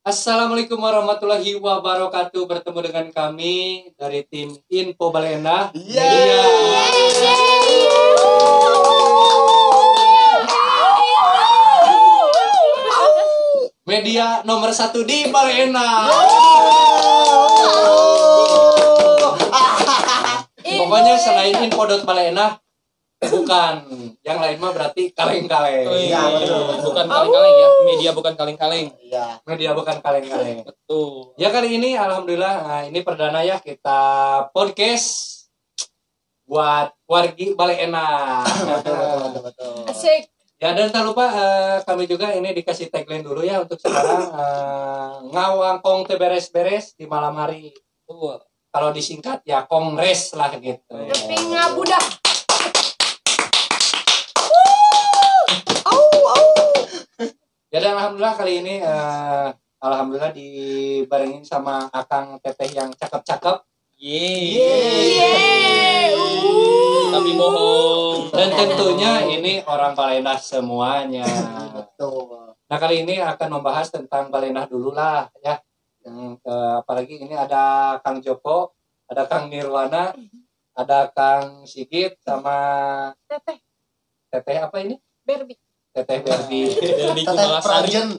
Assalamualaikum warahmatullahi wabarakatuh. Bertemu dengan kami dari tim Info Baleendah. Media nomor 1 di Baleendah. Pokoknya selain info.baleendah, bukan yang lain mah berarti kaleng-kaleng. Iya, betul. Bukan kaleng-kaleng ya. Media bukan kaleng-kaleng. Iya. Media bukan kaleng-kaleng. Betul. Ya kali ini alhamdulillah ini perdana ya kita podcast buat wargi Baleendah. Betul. Asik. Ya dan tak lupa kami juga ini dikasih tagline dulu ya untuk sekarang ngawangkong teu beres-beres di malam hari. Kalau disingkat ya kongres lah gitu. Tapi ngabudah. Ya dan alhamdulillah kali ini alhamdulillah dibarengin sama Akang Teteh yang cakep-cakep. Tapi bohong. Dan tentunya ini orang Baleendah semuanya. Betul. Nah kali ini akan membahas tentang Baleendah dulu lah ya. Apalagi ini ada Kang Joko, ada Kang Nirwana, ada Kang Sigit sama Teteh apa ini? Barbie. Teteh Barbie. Teteh Projen.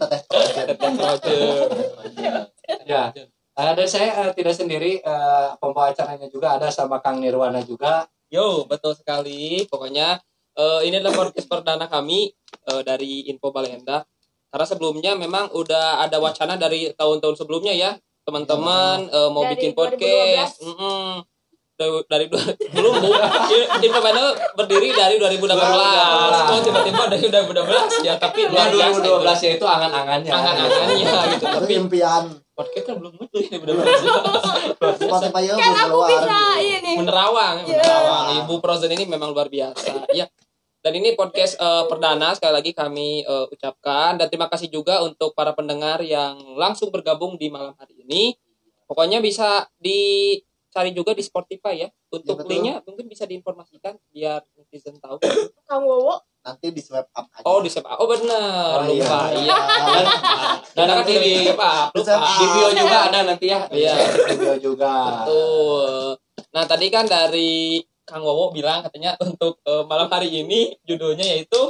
Ya. Dan saya tidak sendiri, pembawa acaranya juga ada sama Kang Nirwana juga. Yo, betul sekali. Pokoknya ini adalah podcast perdana kami dari Info Baleendah. Karena sebelumnya memang udah ada wacana dari tahun-tahun sebelumnya ya, teman-teman mau Dari bikin podcast. Dari belum Bu. Info Baleendah berdiri dari 2018. Oh, tiba-tiba dari 2012 ya, tapi luar biasa. 2012 ya itu angan-angannya. Angan-angannya gitu. Tapi impian. Podcast kan belum muncul ya, benar-benar. Spotify ya Kan belum aku keluar. bisa ini. Menerawang. Ibu Frozen ini memang luar biasa. Ya. Dan ini podcast perdana sekali lagi kami ucapkan dan terima kasih juga untuk para pendengar yang langsung bergabung di malam hari ini. Pokoknya bisa dicari juga di Spotify ya. Untuk linknya mungkin bisa diinformasikan biar netizen tahu. Kang Wowo. Nanti di swipe up aja. Oh, di save up. Oh benar. Lupa. Iya. Dan nanti di video juga ada nanti ya. Iya. Di video juga. Betul. Nah, tadi kan dari Kang Wowo bilang katanya untuk malam hari ini judulnya yaitu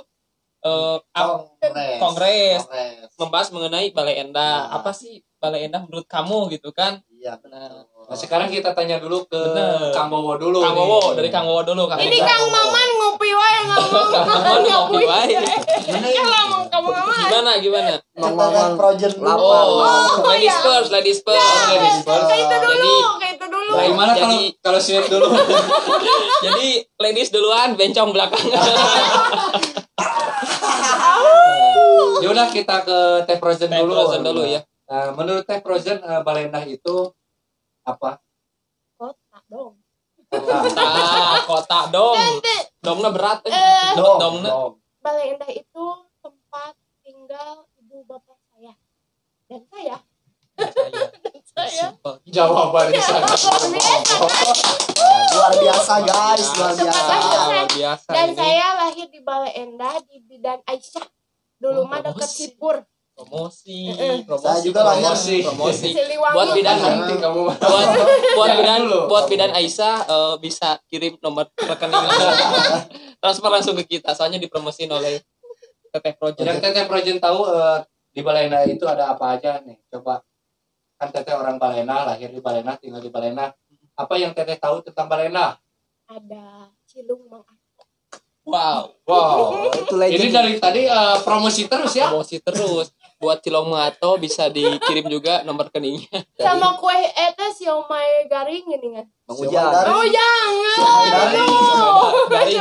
Kongres. Membahas mengenai Baleendah. Apa sih Baleendah menurut kamu gitu kan? Iya, benar. Nah, sekarang kita tanya dulu ke Kang Wowo dulu. Kang Wowo, dari Kang Wowo dulu. Ini Kang Maman ngopi wae ngomong. Maman ngopi wae. Kalau kamu ngomong. Gimana? Teteh Projen Oh, ladies iya. first. Kayak itu dulu. Bagaimana kalau sweet dulu? Jadi ladies duluan, bencong belakangan. Ya udah kita ke Teh Frozen dulu. Frozen dulu ya. Menurut Teh Frozen Baleendah itu apa? Kota dong. Kota dong. Dongna berat. Dongna. Baleendah itu tempat tinggal ibu bapak saya dan saya. Jawabannya sangat Luar biasa guys, luar biasa. Luar biasa. Dan ini. saya lahir di Baleendah di Bidan Aisyah. Dulu mah dekat Sipur. Promosi. Saya juga lahir promosi. Siliwangi. Buat bidan nanti kamu buat bidan Aisyah bisa kirim nomor rekening transfer langsung ke kita, soalnya dipromosin oleh Teteh Projen. Yang Teteh Frozen tahu di Baleendah itu ada apa aja nih? Coba, kan Teteh orang Baleendah, lahir di Baleendah, tinggal di Baleendah. Apa yang Teteh tahu tentang Baleendah? Ada Cilung Mang Arto. Wow, Itu Ini dari tadi promosi terus ya? promosi terus. Buat Cilong Mato bisa dikirim juga nomor rekeningnya. Sama kue eta siomay garing ini kan. Mang Ujang. Oh jangan. Garing.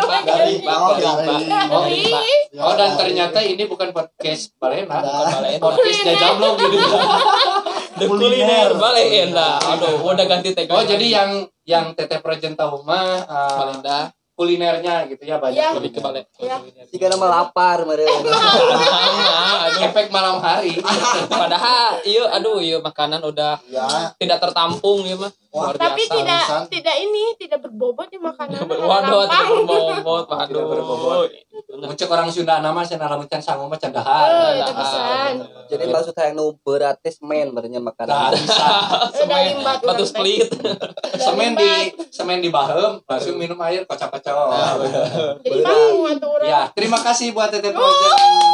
Oh dan ternyata ini bukan podcast Baleendah, Baleendah. podcast Jajablog gitu. The Kuliner Baleendah. Aduh, udah ganti tagline. Oh jadi yang Teteh Frozen tahu mah Baleendah kulinernya gitu ya, banyak. Iya. lebih ke Baleendah. Iya. Jika nama lapar meureun. Aduh, Efek malam hari. padahal iya makanan udah Ya, tidak tertampung ya mah. Luar Tapi biasa. tidak berbobot di makanan. Waduh, tidak berbobot. Tidak Waduh. berbobot. Muncul orang Sunda nama cenah lamun can sangu mah can dahar. Itu pisan. Jadi maksud saya nu beratis men berenya Nah, makanan. bisa. Dari limbat batu urang teh. split. Semen di bahem, langsung minum air kocak-kocok. Jadi bangun atuh urang. Ya, terima kasih buat Teteh Frozen.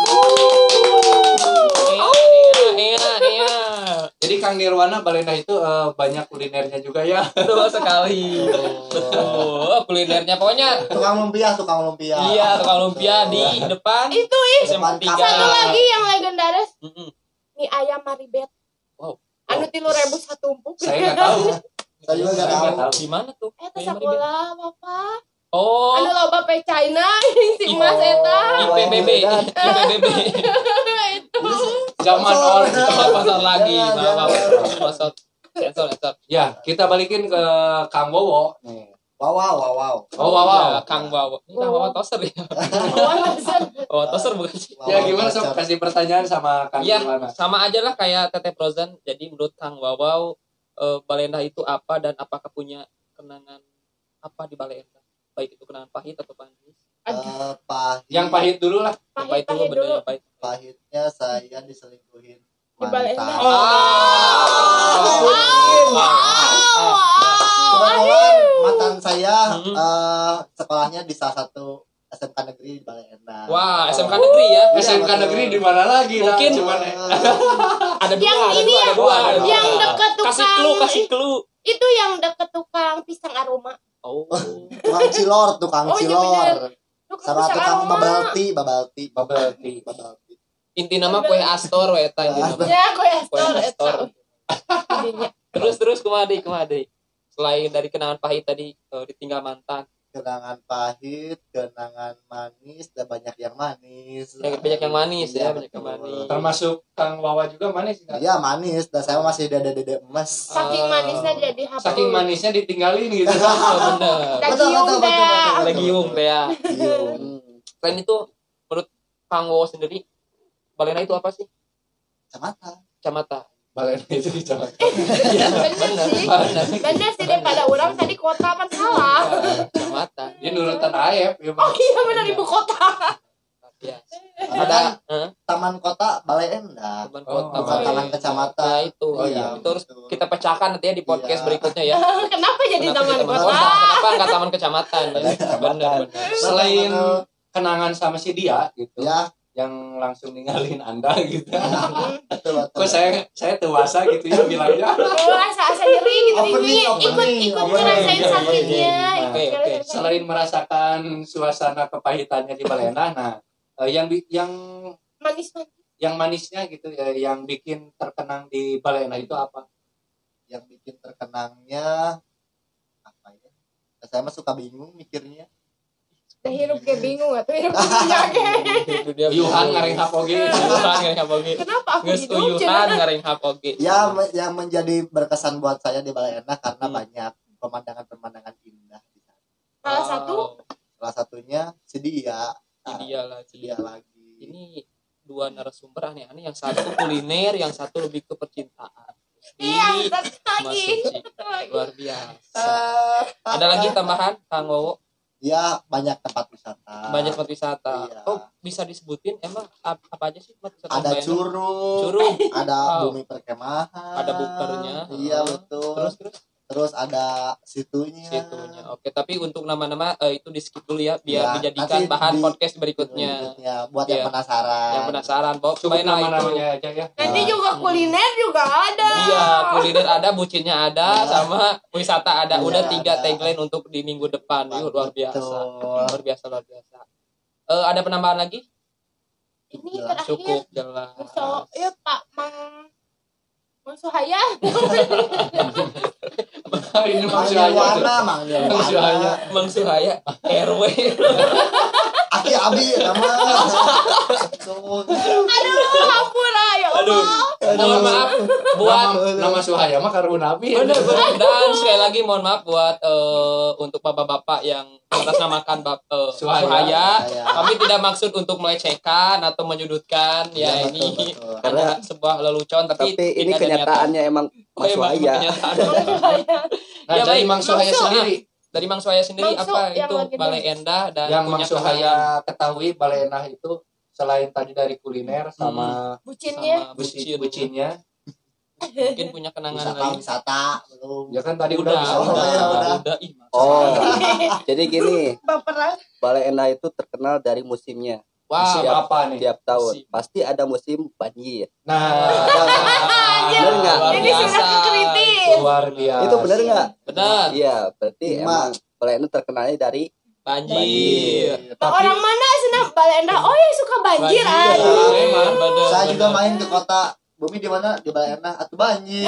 Iya. Jadi Kang Nirwana Balenda itu banyak kulinernya juga ya. Betul sekali. Betul. Kulinernya pokoknya Tukang lumpia. iya, tukang lumpia di depan Itu Depan SMA 3. satu lagi yang legendaris, Mm-mm. mie ayam Maribet. Wow. Anu 3.000 satumpuk. Saya nggak tahu. Saya juga nggak Saya nggak tahu. Di mana tuh? Eta sekolah Bapak. Oh, Anu loba pe China si Mas eta. IPBB. IPBB. Zaman ol. Pasar lagi, Jangan, maaf. Pasar. Sensor. Ya, kita balikin ke Kang Wowo nih. Wow. Oh, wow. Ya, Kang Wawo. Ini Kang Wawo toser ya. Oh, toser bukan sih? Ya, gimana sob kasih pertanyaan sama Kang Iya, Nirwana? sama aja lah kayak Teteh Frozen. Jadi menurut Kang Wawo, Balenda itu apa dan apakah punya kenangan apa di Balenda? Baik itu kenangan pahit atau manis? Pahit. Yang pahit dulu lah. Yang pahit dulu, bener yang pahit. Pahitnya saya diselingkuhin Di Balenda. Kebetulan mantan saya Hmm. sekolahnya di salah satu SMK negeri di Balenda. Wah, SMK negeri ya. SMK negeri di mana lagi? Mungkin. Cuman Ada dua, Yang ada ini dua, ya, ada dua, ada dua. yang deket tukang. Kasih clue. Itu yang deket tukang pisang aroma. Oh. Tukang cilor. Oh, iya bener. Tukang Sama pisang tukang aroma. bubble tea. bubble tea. Inti nama kue Astor we eta inti nama. Ya, gue Kue Astor. Intinya. Terus kumade. Selain dari kenangan pahit tadi ditinggal mantan. Kenangan pahit, kenangan manis, dan banyak yang manis. Banyak yang manis ya, Iya, banyak yang betul. manis. Termasuk Kang Wawa juga manis nggak? Iya manis, dan saya masih dede emas. Saking manisnya jadi hapus. Saking manisnya ditinggalin gitu. Oh, bener. Dagiung deh. Legiung teh ya. Iya. Selain itu, menurut Kang Wowo sendiri, Balena itu apa sih? Kecamatan. Balenda itu di Jakarta. Bener sih. Bener sih daripada orang tadi kota kan salah. Kecamatan. Ini nurutan AF ya, Oh iya bener ibu kota. Ya. Ada Hah? taman kota Balai Endah, Teman Oh, kota. bukan iya. taman kecamatan. Nah, itu. Oh iya, Itu harus betul. kita pecahkan nanti ya di podcast Iya. berikutnya ya. Kenapa jadi Kenapa taman di kota? Kenapa enggak taman kecamatan ya? Bener. Selain kenangan sama si dia gitu, Ya, yang langsung ninggalin Anda gitu. betul. Kok saya dewasa gitu ya bilangnya. Oh, asa-asa nyeri gitu Opening, ini. Ikut opening. ngerasain Iya, sakitnya. iya. Oke. Selain merasakan suasana kepahitannya di Balenda, nah yang Manis. yang manisnya gitu ya, yang bikin terkenang di Balenda itu apa? Yang bikin terkenangnya apa ya? Saya mah suka bingung mikirnya. Udah hirup kayak bingung atuh hirup penyakit. Yuhan ngareng hapoge. Yuhan ngareng hapoge. Kenapa aku Geus hidup? uyuhan ngareng hapoge. Ya, yang menjadi berkesan buat saya di Balai Endah karena Hmm. banyak pemandangan-pemandangan indah di sana. Salah satu Salah satunya si dia. Dia lagi. Si dia lagi. Ini dua narasumber aneh-aneh, yang satu kuliner, yang satu lebih ke percintaan. iya satu Mas lagi. Suci. Luar biasa. Ada lagi tambahan Kang Wowo? Ya, banyak tempat wisata. Banyak tempat wisata. Iya. Oh, bisa disebutin emang apa aja sih tempat wisata? Ada Balenda? curug, Curug. ada Oh. bumi perkemahan. Ada bukernya. Iya, betul. Terus ada situnya. Oke, tapi untuk nama-nama itu di skip dulu ya biar Ya, dijadikan nanti bahan di- podcast berikutnya. Buat Iya. yang penasaran. Yang penasaran, Bob, Cukup cobain lah itu. nama-namanya aja ya. Nanti juga kuliner juga ada. Iya, kuliner ada, bucinnya ada, Iya. sama wisata ada. Iya, Udah 3 ada. tagline untuk di minggu depan. Yuk, luar biasa. Betul. Luar biasa. Ada penambahan lagi? Ini Jelas, terakhir. Cukup jelas. So, ya Pak Mang Suhaya. Ini Mang maksudnya. Nirwana, Mang Mang Suhaya. Nirwana. Mang Suhaya RW. Aki Abi nama. Aduh, hampura ya Aduh. Allah. Mohon maaf buat Nama Suhaya mah Karunapi. bener. Dan sekali lagi mohon maaf buat untuk bapak-bapak yang mengatasnamakan Suhaya. Suhaya. Suhaya. Kami tidak maksud untuk melecehkan atau menyudutkan ya, Iya, ini betul. ada sebuah lelucon tapi ini tidak ada kenyataannya emang niatan. Oh, emang kenyataan. Nah, Ya, dari baik. Mang Suhaya Mang Su- sendiri, Dari Mang Suhaya sendiri Mang Su apa yang itu lagi Balai Endah dan yang Mang punya kenangan. Suhaya ketahui Balenda itu selain tadi dari kuliner sama Bucinnya. Sama bucin. bucinnya, Mungkin punya kenangan lain. wisata belum. ya kan tadi Udah, udah udah, ya udah. udah. Ih, Oh, jadi gini, Baperan. Balai Endah itu terkenal dari musimnya. musim wow. apa nih? Tiap tahun Musim. pasti ada musim banjir. Nah, Bener nggak? Luar Ini sudah biasa. kritis. luar biasa. Itu bener nggak? Benar. Iya, berarti Lima. emang Balai Endah terkenalnya dari Banjir. Tapi Orang mana senang Balai Endah? Oh, yang suka banjir. Banjir. Aduh. Memang, bener, Saya juga bener. main ke kota Bumi di mana di Balai Endah atau banjir.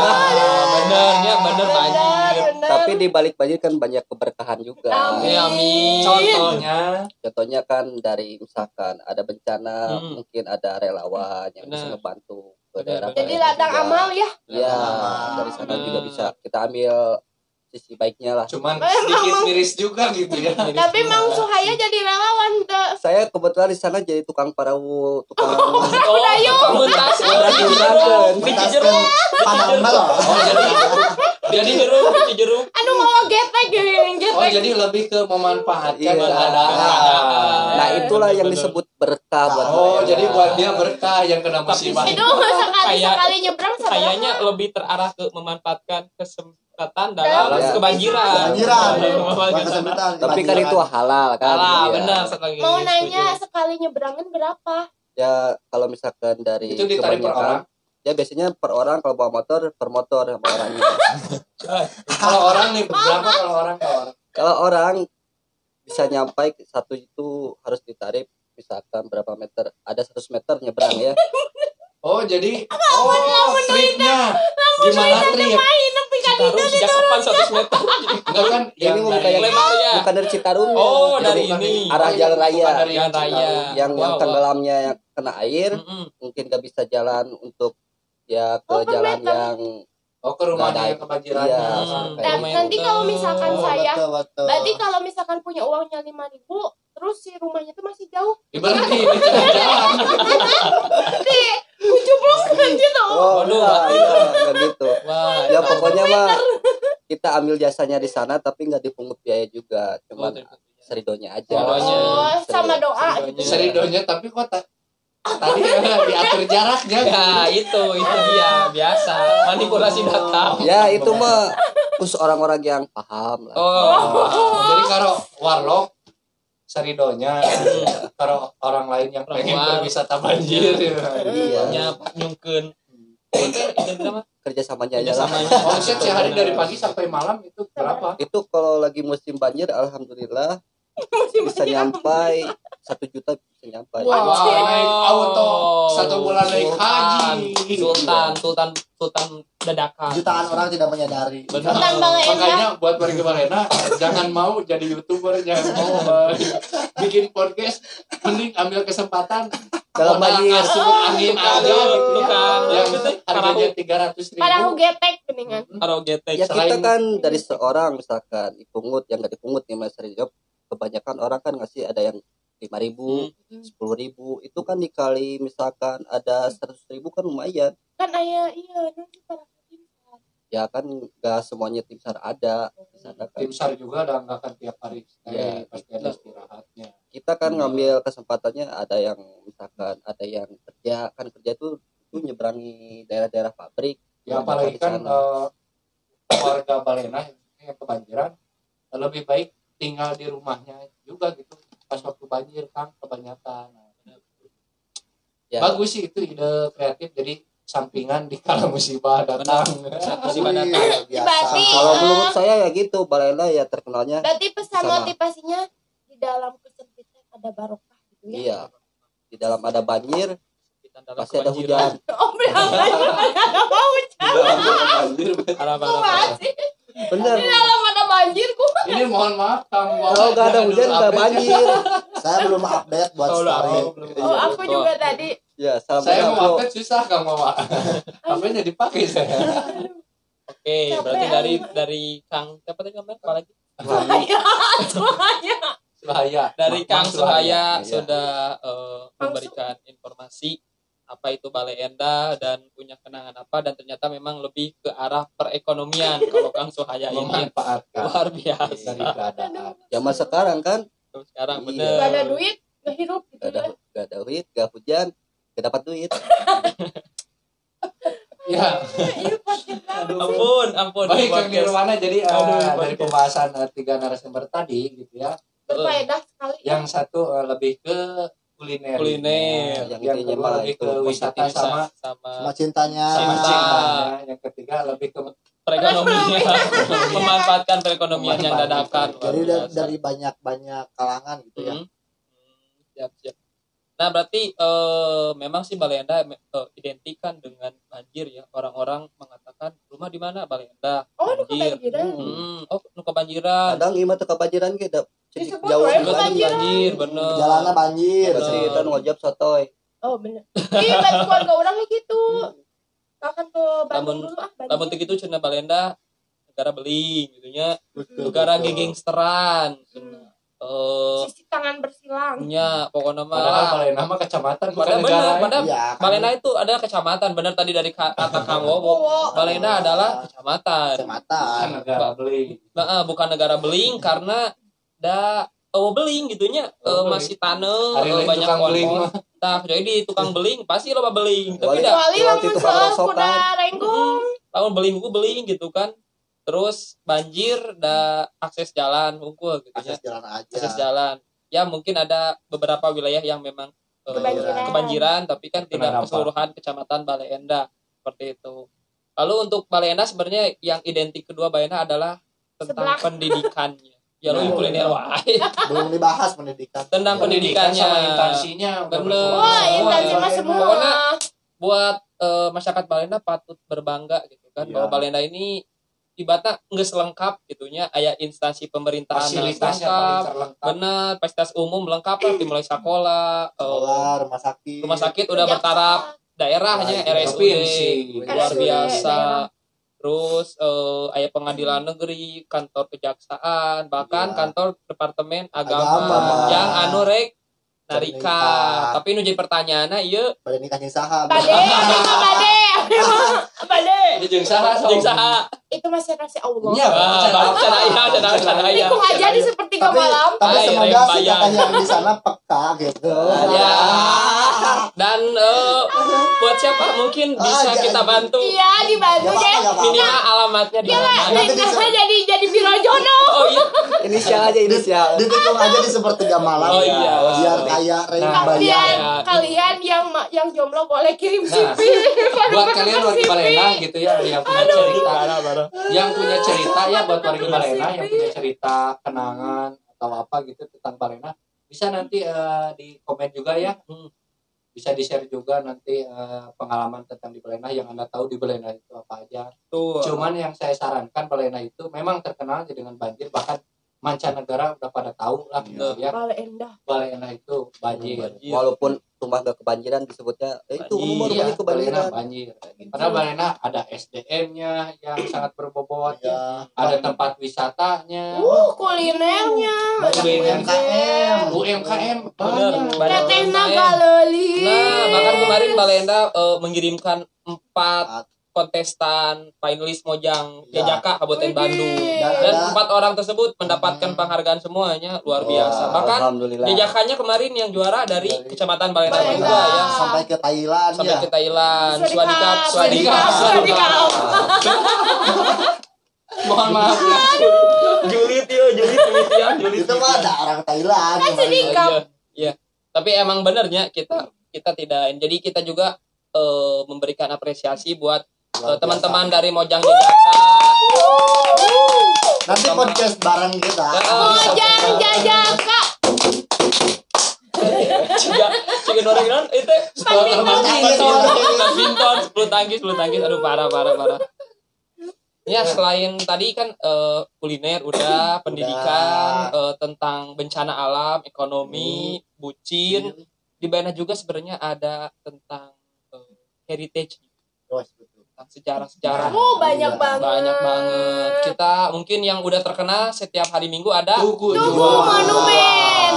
Benernya bener banjir. Benar. tapi di balik banjir kan banyak keberkahan juga. Amin. Ya, amin. contohnya Contohnya kan dari misalkan ada bencana, Hmm. mungkin ada relawan yang bisa Benar. membantu ke Benar, daerah. benar. Jadi ladang amal ya. Ya, Benar. dari sana juga bisa kita ambil sisi baiknya lah. cuman sedikit miris juga gitu ya. Tapi Mang Suhaya jadi relawan tuh. Saya kebetulan di sana jadi tukang perahu, tukang Oh, komentas. Nyebrang-nyebrangkeun. Biji jeruk. Padang melo. Oh Jadi jeruk, biji jeruk. Anu mau getek yang oh getek. jadi lebih ke memanfaatkan Iya. keadaan. Nah, itulah yang Benar. disebut berkah buat Oh, saya. jadi buat dia berkah yang kena musibah. Itu sekali Kayak- sekali nyebrang sabar. Kayaknya lebih terarah ke memanfaatkan kesempatan dalam Ya. kebanjiran. Kebanjiran. Memanfaatkan Bukan kesempitan. Tapi kan itu halal kan. Salah, Iya. benar sekali. Mau nanya sekali nyebrangin berapa? Ya kalau misalkan dari Itu ditarik per orang. ya biasanya per orang, kalau bawa motor per motor sama orangnya. Kalau orang nih berapa kalau orang? Kalau orang bisa nyampai satu itu harus ditarik misalkan berapa meter, ada 100 meter nyebrang ya. Oh, jadi tripnya gimana trip? Citarum sejak kapan 100 meter? Enggak kan yang Ini mau dari- kayak lebarnya. bukan dari Citarum. Oh, Jadi dari bukan ini. arah jalan raya. Bukan dari Jalan raya. yang Wow, tenggelamnya yang kena air, Mm-mm. mungkin gak bisa jalan untuk ya ke Oh, per jalan meter. yang Oh, ke rumahnya Nggak ada. yang kebanjiran. Iya. Dan nanti kalau misalkan saya, betul. berarti kalau misalkan punya uangnya 5.000, terus si rumahnya tuh masih jauh, Berhenti di tengah jalan. di kucuplung gitu. oh Waduh, enggak gitu. Wah, Ya pokoknya mah kita ambil jasanya di sana tapi nggak dipungut biaya juga, cuman seridonya aja. Seridonya. Oh, sama Serido. doa Seridonya. gitu. Seridonya tapi kok tadi diatur jaraknya. Ya, itu dia biasa manipulasi data. Ya itu mah khusus orang-orang yang paham lah. Oh. Jadi kalau warlock seridonya, kalau orang lain yang pengen Orang berwisata banjir. Iya, Nya Pak Nyungkeun. Itu nama kerjasamanya aja lah. kerjasamanya. Omset sehari dari pagi sampai malam itu berapa? Itu kalau lagi musim banjir, alhamdulillah bisa nyampai 1 juta bisa nyampai. Wah, naik auto 1 bulan naik haji. Sultan dadakan. Jutaan orang tidak menyadari. Benar. Sultan Balai Endah. Makanya buat warga Balena jangan mau jadi YouTuber, jangan mau bikin podcast, mending ambil kesempatan Dalam modal banjir. asup angin aja gitu Bukan. yang harganya 300.000. Parahu getek geningan. Karo getek. Ya kita Selain- kan dari seorang misalkan dipungut, yang nggak dipungut nih Mas Rizal, kebanyakan orang kan ngasih ada yang 5.000, 10.000, itu kan dikali misalkan ada 100.000 kan lumayan. Kan ayah iya nanti para Ya kan nggak semuanya tim SAR ada di sana kan. Tim SAR juga ada nggak kan tiap hari Iya. pasti ada istirahatnya. Kita kan ngambil kesempatannya, ada yang misalkan ada yang kerja itu nyeberangi daerah-daerah pabrik. Ya apalagi Di kan sana. warga Balena yang kebanjiran lebih baik tinggal di rumahnya juga gitu pas waktu banjir kan kebanyakan. Ya. Bagus sih itu ide kreatif, jadi sampingan di kala musibah datang. Musibah datang. Biasa. Berarti Kalau menurut saya ya gitu, Balena ya terkenalnya. berarti pesan Sama. motivasinya di dalam kesempitan ada barokah gitu ya. Iya. Di dalam ada banjir, Dalam pasti ada kebanjiran. hujan. Oh, berangkat ada mau hujan. Masih. Bener. Di dalam ada banjir ku. Ini mohon maaf Kang Wawan, Kalau nggak ada jangan hujan dulu nggak update-nya. banjir. Saya belum update buat Oh, udah, story. Oh, aku juga tadi. Ya, salam Saya kenal, mau bro. update susah Kang Wawan. HP-nya dipakai saya. Oke, berarti dari Kang siapa tadi gambar? Apa lagi? Semuanya. Suhaya. Dari Kang Mang Suhaya Iya. sudah memberikan informasi apa itu Balai Endah dan punya kenangan apa, dan ternyata memang lebih ke arah perekonomian kalau Kang Suhaya ini memanfaatkan luar biasa. dari keadaan. Zaman sekarang kan Sekarang Iya. bener Gak ada duit. Nggak hirup gitu Gak ada, ya. gak ada duit, gak hujan, gak dapat duit. Ya, Iya podcast apa sih? Ampun baik Kang podcast. Nirwana. Jadi Aduh, dari podcast. pembahasan 3 narasumber tadi gitu ya. Berfaedah sekali. Yang satu lebih ke kuliner. Kuliner. Yang Intinya kedua mah lebih itu ke wisata Positif sama Sama cintanya. sama Cinta. cintanya. Yang ketiga lebih ke perekonomian, memanfaatkan perekonomian yang dadakan. Jadi Luar biasa. dari banyak kalangan gitu ya. Siap. Nah, berarti memang sih Balenda identikan dengan banjir ya. Orang-orang mengatakan rumah di mana Balenda? Oh, nu Banjir. kebanjiran. Nu kebanjiran. Kadang ieu mah teu kebanjiran ge da Disebut jauh wae Juga kebanjiran. banjir, bener. Jalannya banjir. Bener. Pasti kita ngojab sotoy. Oh bener. Iya bagi keluarga orang gitu. Akan ke Bandung Namun- dulu Namun banjir. begitu cenah Balenda negara beling gitunya. Betul, Negara betul. gegengsteran. Sisi tangan bersilang. Nya pokoknya padahal mah Balena mah kecamatan bukan Padahal negara. benar, padahal Iya, kan. Balena itu ada kecamatan, benar tadi dari kata Kang Wowo. Balena adalah kecamatan. Bukan Kecamatan. negara beli. Bukan negara beling karena beling gitunya Beling. masih tanah Hari lain banyak tukang beling pohon. mah. Nah, jadi di tukang beling pasti loba beling. Tapi Kecuali- dah Kecuali Waktu lamun itu soal rongsokan. kuda renggong. tahun beling ku beling gitu kan. Terus banjir akses jalan unggul gitu ya. Akses jalan aja. Akses jalan. Ya mungkin ada beberapa wilayah yang memang kebanjiran tapi kan tidak Terdampak. keseluruhan kecamatan Baleendah seperti itu. Lalu untuk Baleendah sebenarnya yang identik kedua Baleendah adalah tentang Sebelah. pendidikannya. Ya lu Nah, kuliner wae. Belum dibahas pendidikan. Tentang pendidikannya. sama intansinya udah Bener. bersemua. Wah, intansi Semua. mah semua. Pokoknya buat masyarakat Baleendah patut berbangga gitu kan Iya. bahwa Baleendah ini ibaratnya nggak selengkap gitunya aya instansi pemerintahan Fasilitasnya lengkap, paling terlengkap. benar, fasilitas umum lengkap lah dimulai sekolah, Sekolah, rumah sakit. udah bertaraf daerahnya Daerah, RSUD provinsi. luar RSUD, biasa. daerah. Terus aya pengadilan negeri, kantor kejaksaan, bahkan Iya. kantor departemen Agama. agama yang anu rek narika. Narika. Tapi nu jadi pertanyaanna ieu Pada nikahnya saham. Bade, bade. Bade. Ini jeung saha sok. jeung saha? Itu masih rahasia Allah. Iya, Baru can aya. Ikung aja di sepertiga malam. Tapi Air semoga yang si bayar. kakak yang di sana peka gitu. Ya. Dan buat siapa mungkin bisa jangan. kita bantu. Iya, dibantu Gak apa-apa, deh. gak apa-apa. Minimal alamatnya di mana. Nanti Jadi biro jono. Oh iya. Inisial aja inisial. Ditikung aja di sepertiga malam. Oh, ya. iya. Biar kayak Ray Nah, bayar. Kalian yang jomblo boleh kirim Nah, CV. buat kalian warga Balena gitu ya yang punya cerita, Baru. yang punya cerita ya buat warga Balena yang punya cerita kenangan atau apa gitu tentang Balena bisa nanti di komen juga ya. Bisa di-share juga nanti pengalaman tentang di Balena yang Anda tahu di Balena itu apa aja. Tuh. Cuman yang saya sarankan Balena itu memang terkenal dengan banjir, bahkan mancanegara udah pada tahu lah gitu ya. Baleendah. Balena itu banjir. Walaupun rumah gak kebanjiran disebutnya itu rumah Iya, rumahnya kebanjiran. Balena banjir. Padahal Balena ada SDM-nya yang sangat berbobot, Ya. ada tempat wisatanya, Kulinernya. UMKM. UMKM Bener, banyak. banyak. Tetehna galeulis. Nah, bahkan kemarin Balenda mengirimkan 4 kontestan finalis Mojang Ya. Jajaka Kabupaten Widih. Bandung Dan dan ada- 4 orang tersebut mendapatkan penghargaan semuanya luar biasa. Wah, Bahkan alhamdulillah. Jajakanya kemarin yang juara dari Kecamatan Balenda Balenda. juga ya. Sampai ke Thailand Sampai ya. ke Thailand. Swadikap, Swadikap. swadikap. Mohon maaf ya. Julid ya. Itu mah ada orang Thailand. Kan yang sedikit. Iya. Tapi emang benernya kita tidak. Jadi kita juga memberikan apresiasi buat Luar biasa. teman-teman dari Mojang Jajaka. Nanti podcast bareng kita. Mojang Jajaka. Ciga noreng non itu badminton 10 tangkis aduh parah. Ya selain tadi kan kuliner udah, pendidikan, tentang bencana alam, ekonomi, bucin. Di Balena juga sebenarnya ada tentang heritage, tentang sejarah-sejarah. Banyak banget. Banyak banget. Kita mungkin yang udah terkenal setiap hari Minggu ada Tugu Tugu jual.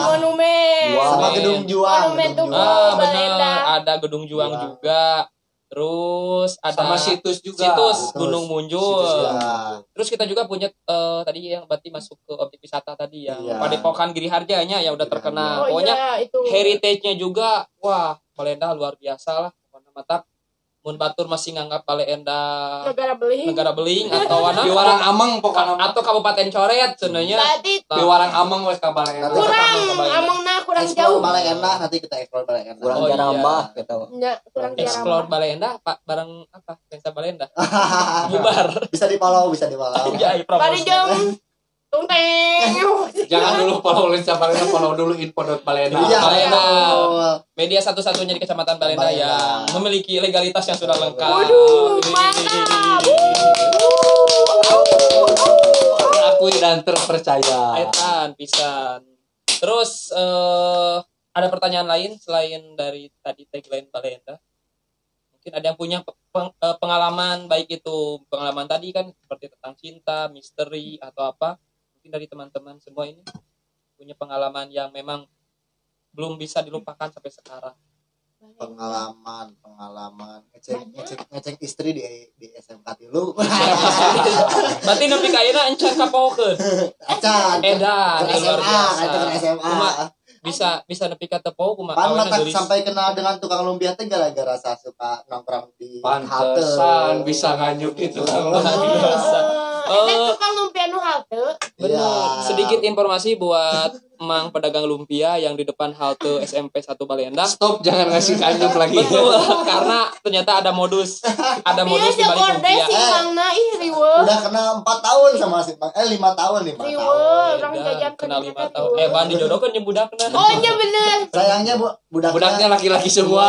monumen. Sama gedung juang. Monumen Gedung Tugu. juang. bener Balenda. ada gedung juang Juang. juga. Terus ada sama situs juga. situs Gunung Munjul. Situs, ya. Terus kita juga punya tadi yang berarti masuk ke objek wisata tadi yang Iya. Padepokan Giri Harjanya yang udah Giri terkenal. Oh Pokoknya iya itu. heritage-nya juga wah Balenda luar biasa lah. Pokoknya mata mun batur masih nganggap Balenda Negara Beling. negara beling atau Di warang ameng pokoknya. atau kabupaten coret sebenarnya. Tadi Di warang ameng wes kabalena. Nanti kurang, Kebayang. amangna kurang Explore jauh. Balena, nanti kita explore Balena. kurang Oh, jarang iya. bah gitu. Ya, kurang Explore jarang. Balenda Pak bareng apa? Pensa Balenda. Bubar. Bisa di follow, bisa di follow. Ya, Bari promosi. jeng tungteng. Jangan dulu follow Lensa Balena, follow dulu info.balena. Iya, Balena. betul. Media satu-satunya di Kecamatan Balenda Balenda. yang memiliki legalitas yang sudah lengkap. Waduh, mantap. Terakui dan terpercaya. Etan pisan. Terus ada pertanyaan lain selain dari tadi tagline Balenda? Mungkin ada yang punya pengalaman baik itu pengalaman tadi kan seperti tentang cinta, misteri atau apa? Mungkin dari teman-teman semua ini punya pengalaman yang memang belum bisa dilupakan sampai sekarang. Pengalaman ngecek istri di SMK dulu. Berarti nepi ka ayeuna encan kapokeun. Acan. Edan Ke luar SMA, biasa. kan ke SMA. Bisa nepi ka tepau kumaha Pan awalnya mata geulis. sampai kenal dengan tukang lumpia teh gara-gara saya suka nongkrong di Pantesan bisa nganyuk itu. Luar biasa. Eta tukang lumpia nu halte. Benar. Iya. Sedikit informasi buat emang pedagang lumpia yang di depan halte SMP 1 Balenda. Stop, jangan ngasih nganyuk lagi. Betul, karena ternyata ada modus Iya, di balik sekorde lumpia. si Mangna ih riwe. Udah kenal 4 tahun sama si Bang. 5 tahun. Riwe, orang Beda, jajan kenal ke 5 kita tahun. riwe. Ban dijodohkan yang budakna. Oh iya bener. Sayangnya Budaknya laki-laki semua.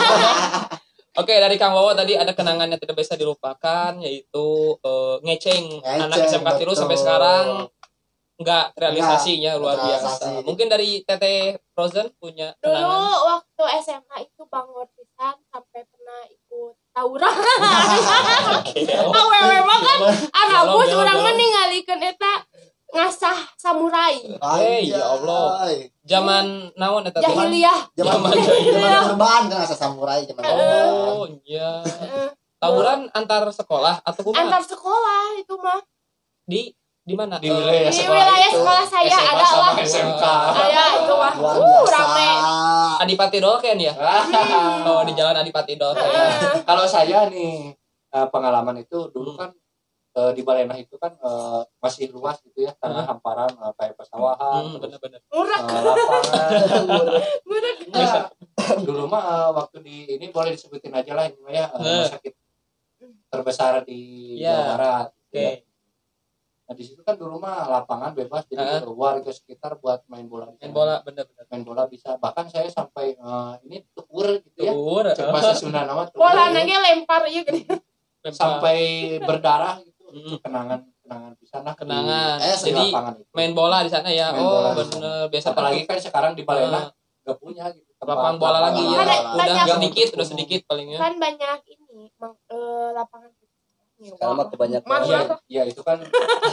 Oke, dari Kang Wawo tadi ada kenangan yang tidak bisa dilupakan yaitu ngeceng anak SMK Tiru sampai betul. sekarang nggak terrealisasinya luar terrealisasi. biasa. Mungkin dari Teteh Frozen punya Dulu kenangan. waktu SMA itu bangor pisan sampai pernah ikut tawuran. Oke. Awewe mah kan anak Belum, bos belum, urang belum. mah ningalikeun eta ngasah samurai. Hei, ya Allah. Zaman naon eta teh? Jahiliyah. Zaman Jahiliyah. urban kan asa samurai zaman Oh, iya. Tawuran antar sekolah atau kumaha? Antar sekolah itu mah. Di mana? Di wilayah Di sekolah wilayah itu. sekolah saya SMA ada sama lah. SMK. Aya itu mah. luar biasa. Rame. Adipati Dolken ya? Oh, di jalan Adipati Dolken. Kalau saya nih pengalaman itu dulu kan di Balena itu kan masih luas gitu ya, tanah hamparan kayak pesawahan, terus Benar-benar. Murah. lapangan. Murah. Nah, dulu mah waktu di ini boleh disebutin aja lah ini mah ya rumah sakit terbesar di Ya. Jawa Barat. Gitu ya. Oke. Nah di situ kan dulu mah lapangan bebas, jadi warga sekitar buat main bola. Main bola benar-benar. Main bola bisa. Bahkan saya sampai ini tukur gitu ya. Tukur. Cek bahasa Sunda nama tukur. Bola nage lempar ieu gini. Sampai berdarah gitu. Mm. Kenangan bisa nah Kenangan. di Jadi lapangan itu. main bola di sana ya. Main Oh, bola. benar. Biasa Apalagi kan sekarang di Balena Eh, nggak punya gitu. lapangan bola lagi ya. Ada Udah banyak. udah sedikit palingnya. Kan banyak ini lapangan Sekarang mah kebanyakan Mana? Iya, iya itu kan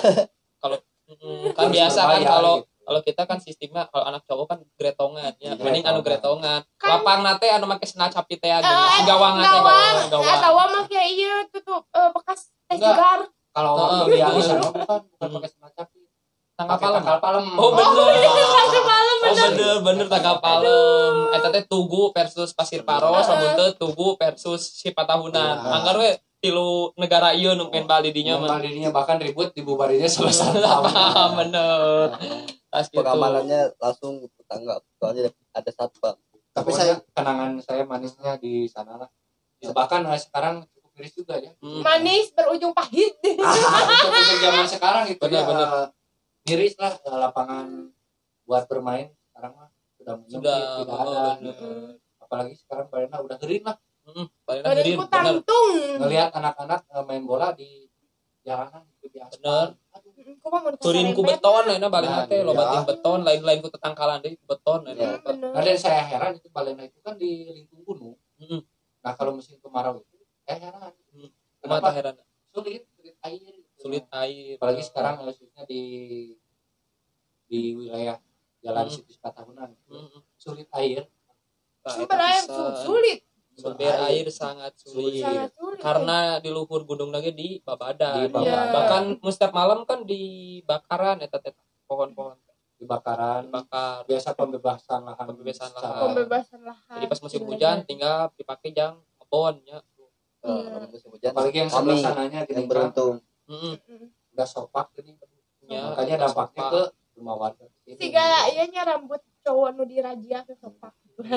Kan harus biasa kan berbayar kalau gitu. kalau kita kan sistemnya kalau anak cowok kan gretongan ya. Iya, Mending anu gretongan. Kan- Lapang nate anu make sena capi teh aja. Gawangan teh gawang atau mah kayak iya tutup bekas teh Enggak. cigar. Kalau Heeh, di betul. sana bukan pakai semacam Tangkap pakai palem. tangkal palem. Oh bener. Kasih malam Oh bener tangkap palem. Eta teh Tugu versus Pasir Paros, sabun teh Tugu versus Sipatahunan. Iya. Anggar we tilu negara ieu nu main bal di dinya mah. Memang dirinya bahkan ribut dibubarinya sama satpam. Bener. Tas gitu. pengamanannya langsung tetangga soalnya ada satpam. Tapi Pokoknya saya kenangan saya manisnya di sana lah. Ya, bahkan sekarang cukup miris juga ya. manis berujung pahit. Untuk zaman sekarang itu Benar, ya benar. miris lah lapangan buat bermain sekarang mah sudah menyempit, Sudah tidak ada. bener. Apalagi sekarang Balena udah kering lah. Paling Badanku bener. tantung. Ngelihat anak-anak main bola di jalanan gitu di aspal. Aduh, Kumaha mun Turin ku kasarempet? beton lainnya balik Nah, teh lo iya. bating beton lain-lain ku tetangkalan deh beton Iya. lain. Bener. Nah, dan saya heran itu Balena itu kan di lingkung gunung. Heeh. Nah kalau musim kemarau itu saya heran. Kumaha teh heran Sulit air. Gitu. sulit air. Apalagi sekarang khususnya di wilayah jalan Hmm. situs Patahunan Heeh. sulit air. Nah, Sumber eta air pisan. sulit. sumber air sangat sulit. Sangat sulit. Karena di luhur gunung lagi di Babadan. Di Babadan. Bahkan setiap malam kan dibakaran eta pohon-pohon Dibakaran. dibakar. Biasa pembebasan lahan. Pembebasan secara- lahan. Pembebasan lahan. Jadi pas musim hujan tinggal dipakai jang ngebon ya. Kalau musim hujan Apalagi yang kami sebelah sananya gini yang kan, beruntung. udah sopak gini. Ya, Makanya dampaknya ke rumah warga. Segala ianya rambut cowok nu dirajia ke sopak.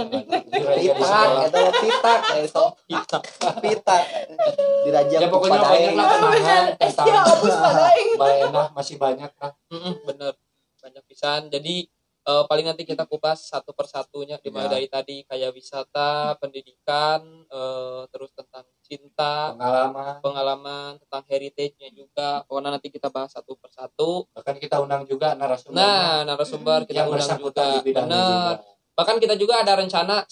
Pitak, eta mah pitak, sok pitak. Dirajak Ya pokoknya banyak lah kenangan tentang Ya, abus padaing. Balenah masih banyak lah. bener banyak pisan. Jadi paling nanti kita kupas satu persatunya dimulai Ya. dari tadi kayak wisata, pendidikan, terus tentang cinta, pengalaman tentang heritage-nya juga. Pokoknya nanti kita bahas satu persatu. Bahkan kita undang juga narasumber Nah, narasumber kita yang undang bersangkutan juga. di bidangnya Bener. juga. Bahkan kita juga ada rencana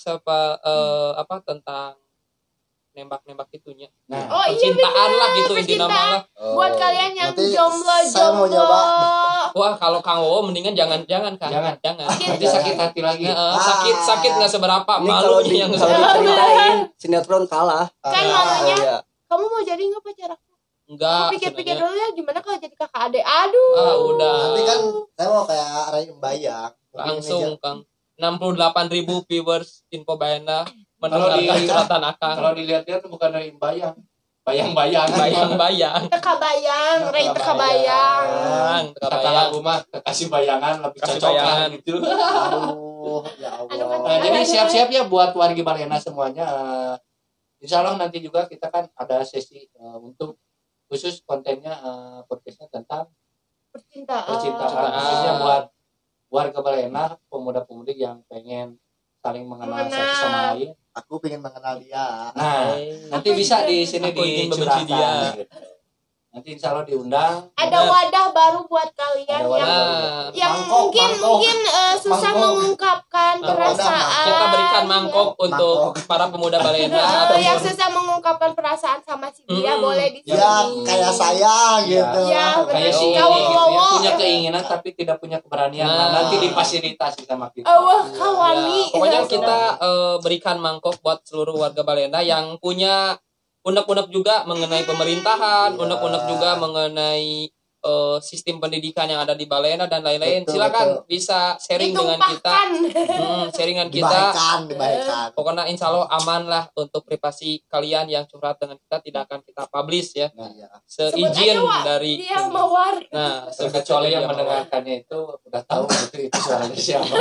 tentang nembak-nembak itunya. Nah, Oh iya Percintaan lah gitu bener, intinya percintaan. malah. Buat kalian yang Nanti jomblo. saya mau nyoba. Wah, kalau Kang Wowo mendingan jangan kan. Jangan. Jangan. nanti sakit hati lagi. Sakit nggak seberapa, Ini malu kalau nih yang kalau diceritain sinetron kalah. Kan Ah, mamanya, Iya. kamu mau jadi nggak pacar aku? enggak. Pikir-pikir sebenarnya. dulu ya gimana kalau jadi kakak adik. Aduh. Ah, udah. Nanti kan saya mau kayak Ray Mbayang. Langsung Kang 68.000 viewers info Bayana Kalau mendengarkan di- curhatan Akang. Kalau dilihat-lihat bukan dari bayang. Bayang-bayang. Bayang-bayang. Teka bayang, Ray teka bayang. Teka Kata bayang. lagu mah kasih bayangan lebih Kasih cocok bayangan. kan gitu. Aduh, ya Aduh, Allah. Nah, jadi siap-siap ya buat warga Balena semuanya. Insya Allah nanti juga kita kan ada sesi untuk khusus kontennya podcastnya tentang percintaan. Khususnya buat warga Balena, pemuda-pemudi yang pengen saling mengenal satu sama lain. Aku pengen mengenal dia. Nah, nanti bisa di sini Aku ingin membenci dia. dicurahkan. Gitu. Nanti insya Allah diundang. Ada wadah baru buat kalian Ada wadah yang baru. yang Mangkok, mungkin susah Mangkok. mengungkapkan Mangkok. perasaan. Kita berikan mangkok untuk para pemuda Balena. Yang susah mengungkapkan perasaan sama si dia boleh di sini. Ya, kayak saya gitu. Ya, Kayak si Kawo, ini gitu ya, kawo. punya keinginan tapi tidak punya keberanian. Nah, Nah. nanti difasilitasi sama kita. Wah, kawani. Ya, pokoknya kita berikan mangkok buat seluruh warga Balena yang punya unek-unek juga mengenai pemerintahan, Iya. unek-unek juga mengenai sistem pendidikan yang ada di Balena dan lain-lain. Betul, Silakan betul. bisa sharing dengan kita, Ditumpahkan. sharing dengan kita. Dibaikan. Pokoknya insya Allah aman lah untuk privasi kalian yang curhat dengan kita tidak akan kita publish ya. Iya. Sebut Seizin aja, Wak. dari Dia mawar. Nah, Kecuali yang dia mawar. mendengarkannya itu udah tahu itu suaranya siapa.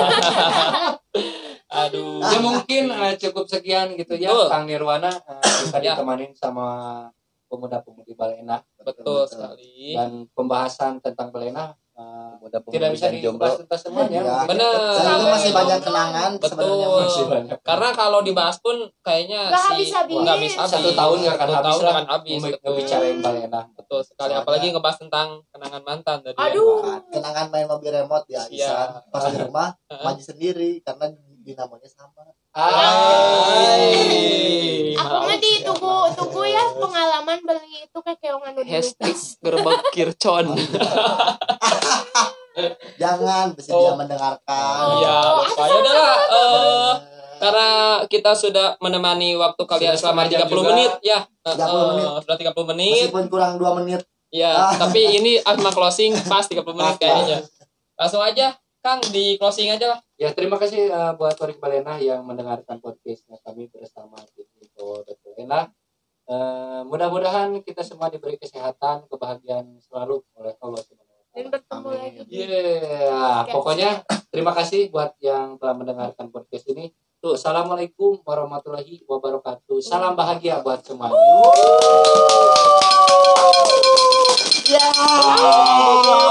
Aduh. Ya mungkin cukup sekian gitu ya, Betul. Kang Nirwana kita Ya. ditemanin sama pemuda-pemudi Balena Betul sekali. dan pembahasan tentang Balena Mudah-mudahan tidak bisa dibahas tuntas semuanya. Iya. Mungkin Bener. Dan itu masih banyak kenangan Betul. sebenarnya. Masih banyak. Karena kalau dibahas pun kayaknya Nggak habis-habis. nggak habis-habis. Satu tahun nggak akan Satu habis tahun lah nggak akan habis. Betul. ngebicarain Balena. Betul sekali. Soalnya- Apalagi ngebahas tentang kenangan mantan tadi. Aduh. Kenangan main mobil remote ya, Iya. Isan. Pas di rumah Heeh. maju sendiri karena dinamonya sama. Hai. Aku mah ditunggu ya pengalaman beli itu kekeongan udah Hashtag gerbek kircon. Jangan bisa Oh. dia mendengarkan. Iya, Oh, lupa. Ya udahlah. Karena kita sudah menemani waktu kalian Sudah selama setengah jam 30 juga. menit ya. 30 menit. Sudah 30 menit. Meskipun kurang 2 menit. Ya, tapi ini Asma closing pas 30 menit kayaknya. Langsung aja, Kang, di closing aja lah. Ya terima kasih buat warga Balena yang mendengarkan podcastnya kami bersama Info Balena. Mudah-mudahan kita semua diberi kesehatan, kebahagiaan selalu oleh Allah Subhanahu wa dan Ta'ala. bertemu lagi. Yeah. Pokoknya terima kasih buat yang telah mendengarkan podcast ini. Tuh, assalamualaikum warahmatullahi wabarakatuh. Salam bahagia buat semuanya. Ya.